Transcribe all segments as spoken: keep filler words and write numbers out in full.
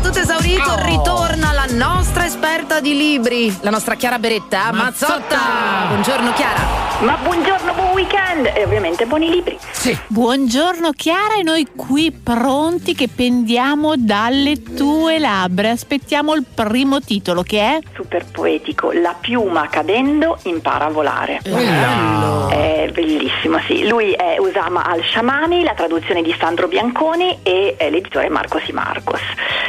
tutto esaurito, oh. ritorna la nostra esperta di libri, la nostra Chiara Beretta Mazzotta. Mazzotta. Buongiorno Chiara. Ma buongiorno, buon weekend e ovviamente buoni libri. Sì. Buongiorno Chiara, e noi qui pronti che pendiamo dalle tue labbra. Aspettiamo il primo titolo, che è? Super poetico, La piuma cadendo impara a volare. Bello. È bellissimo, sì. Lui è Usama Al-Shamani, la traduzione di Sandro Bianconi e l'editore Marcos y Marcos.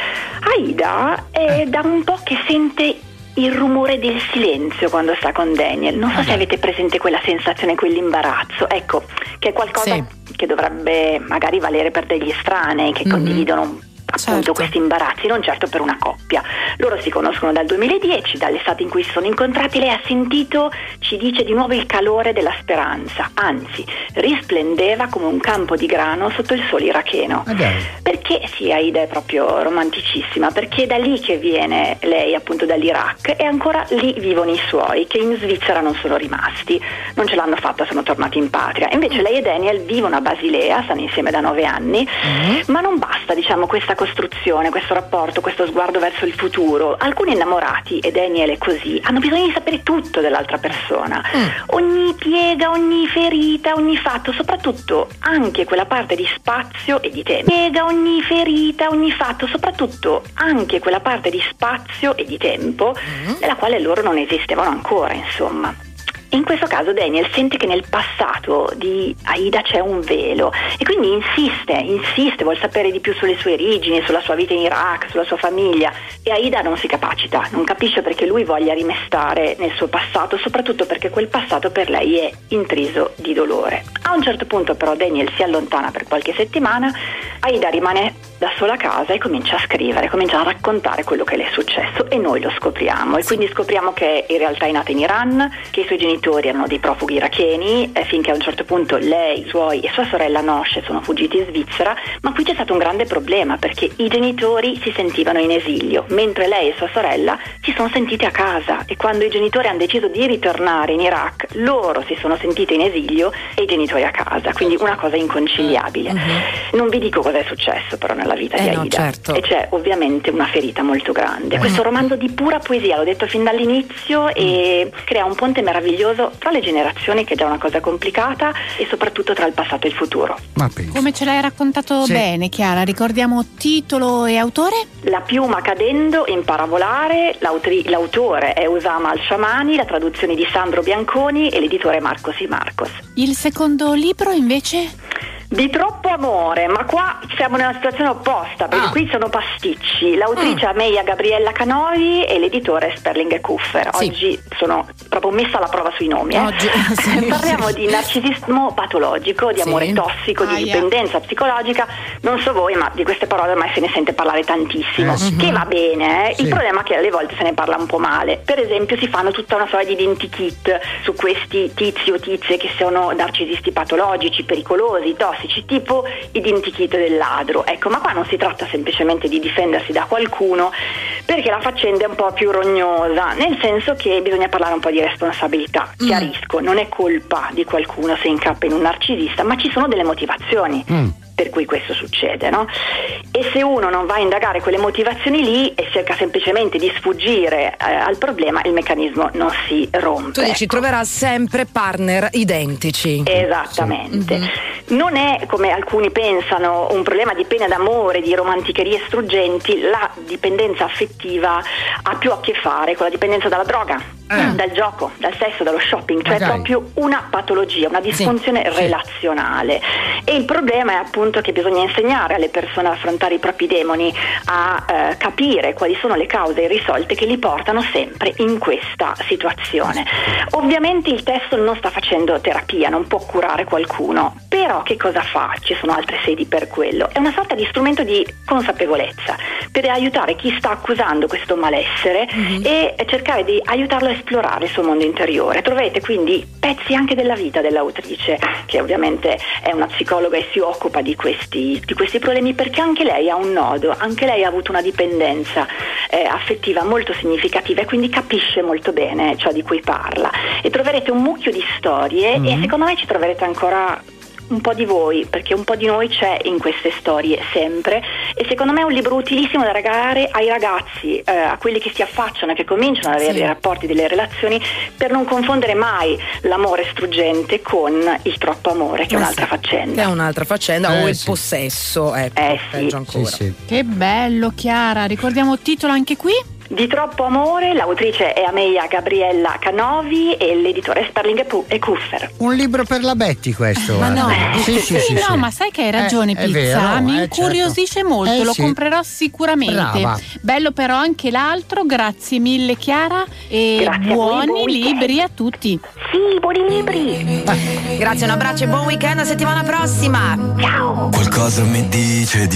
Aida è da un po' che sente il rumore del silenzio quando sta con Daniel. Non so ah, se avete presente quella sensazione, quell'imbarazzo, ecco, che è qualcosa sì. che dovrebbe magari valere per degli estranei che mm-hmm. condividono appunto certo. questi imbarazzi, non certo per una coppia. Loro si conoscono dal duemiladieci, dall'estate in cui si sono incontrati. Lei ha sentito, ci dice, di nuovo il calore della speranza, anzi risplendeva come un campo di grano sotto il sole iracheno. Okay. Perché sì, Aida è proprio romanticissima, perché è da lì che viene lei, appunto dall'Iraq, e ancora lì vivono i suoi, che in Svizzera non sono rimasti, non ce l'hanno fatta, sono tornati in patria. Invece lei e Daniel vivono a Basilea, stanno insieme da nove anni, mm-hmm. ma non basta, diciamo, questa costruzione, questo rapporto, questo sguardo verso il futuro. Alcuni innamorati, e Daniel è così, hanno bisogno di sapere tutto dell'altra persona, mm. ogni piega, ogni ferita, ogni fatto, soprattutto anche quella parte di spazio e di tempo. Piega ogni ferita, ogni fatto, soprattutto anche quella parte di spazio e di tempo mm. nella quale loro non esistevano ancora, insomma. In questo caso Daniel sente che nel passato di Aida c'è un velo e quindi insiste, insiste, vuol sapere di più sulle sue origini, sulla sua vita in Iraq, sulla sua famiglia, e Aida non si capacita, non capisce perché lui voglia rimestare nel suo passato, soprattutto perché quel passato per lei è intriso di dolore. A un certo punto però Daniel si allontana per qualche settimana, Aida rimane da sola a casa e comincia a scrivere, comincia a raccontare quello che le è successo, e noi lo scopriamo, e quindi scopriamo che in realtà è nata in Iran, che i suoi genitori erano dei profughi iracheni, eh, finché a un certo punto lei, i suoi e sua sorella Nosce sono fuggiti in Svizzera. Ma qui c'è stato un grande problema, perché i genitori si sentivano in esilio, mentre lei e sua sorella si sono sentite a casa, e quando i genitori hanno deciso di ritornare in Iraq, loro si sono sentite in esilio e i genitori a casa, quindi una cosa inconciliabile. Mm-hmm. Non vi dico cosa è successo però nella vita eh di no, Aida, certo. e c'è ovviamente una ferita molto grande. Mm. Questo romanzo di pura poesia, l'ho detto fin dall'inizio, mm. e crea un ponte meraviglioso tra le generazioni, che è già una cosa complicata, e soprattutto tra il passato e il futuro. Ma come ce l'hai raccontato sì. bene, Chiara. Ricordiamo titolo e autore? La piuma cadendo impara a volare. L'autri- l'autore è Usama Al-Shamani, la traduzione di Sandro Bianconi e l'editore Marcos y Marcos. Il secondo libro invece? Di troppo amore, ma qua siamo nella situazione opposta, perché ah. qui sono pasticci. L'autrice è mm. Meia Gabriella Canovi e l'editore è Sperling e Kuffer. Sì. Oggi sono proprio messa alla prova sui nomi. Eh. Oggi, sì, Parliamo sì. di narcisismo patologico, di sì. amore tossico, di ah, dipendenza yeah. psicologica. Non so voi, ma di queste parole ormai se ne sente parlare tantissimo, eh, che va bene. Eh. Sì. Il problema è che alle volte se ne parla un po' male. Per esempio si fanno tutta una sorta di identikit su questi tizi o tizie che sono narcisisti patologici, pericolosi, tossici, tipo identikit del ladro. Ecco, ma qua non si tratta semplicemente di difendersi da qualcuno, perché la faccenda è un po' più rognosa, nel senso che bisogna parlare un po' di responsabilità. Mm. Chiarisco, non è colpa di qualcuno se incappa in un narcisista, ma ci sono delle motivazioni. Mm. per cui questo succede, no? E se uno non va a indagare quelle motivazioni lì e cerca semplicemente di sfuggire eh, al problema, il meccanismo non si rompe. Tu dici, troverà sempre partner identici. Esattamente. Mm-hmm. Non è, come alcuni pensano, un problema di pena d'amore, di romanticherie struggenti. La dipendenza affettiva ha più a che fare con la dipendenza dalla droga, eh. dal gioco, dal sesso, dallo shopping, cioè okay. proprio una patologia, una disfunzione sì, relazionale. Sì. E il problema è appunto che bisogna insegnare alle persone ad affrontare i propri demoni, a eh, capire quali sono le cause irrisolte che li portano sempre in questa situazione. Ovviamente il testo non sta facendo terapia, non può curare qualcuno, però che cosa fa? Ci sono altre sedi per quello. È una sorta di strumento di consapevolezza per aiutare chi sta accusando questo malessere mm-hmm. e cercare di aiutarlo a esplorare il suo mondo interiore. Troverete quindi pezzi anche della vita dell'autrice, che ovviamente è una psicologa e si occupa di questi, di questi problemi, perché anche lei ha un nodo, anche lei ha avuto una dipendenza eh, affettiva molto significativa e quindi capisce molto bene ciò di cui parla. E troverete un mucchio di storie mm-hmm. e secondo me ci troverete ancora un po' di voi, perché un po' di noi c'è in queste storie sempre, e secondo me è un libro utilissimo da regalare ai ragazzi, eh, a quelli che si affacciano, che cominciano ad avere Sì. dei rapporti, delle relazioni, per non confondere mai l'amore struggente con il troppo amore, che è Eh un'altra sì, faccenda. Che è un'altra faccenda, Eh o il sì. possesso, ecco, Eh sì. peggio ancora. Sì, sì. Che bello, Chiara. Ricordiamo il titolo anche qui? Di troppo amore, l'autrice è Amelia Gabriella Canovi e l'editore è Sperling e Pu- e Kuffer. Un libro per la Betty questo. Ma no. guarda. Sì, sì, sì, no, sì. ma sai che hai ragione, Eh, è Pizza. vero, Mi eh, incuriosisce certo. molto, Eh, lo sì. comprerò sicuramente. Brava. Bello però anche l'altro, grazie mille Chiara e Grazie a voi, buoni buon weekend. libri a tutti. Sì, buoni libri! Grazie, un abbraccio e buon weekend, a settimana prossima. Ciao! Qualcosa mi dice di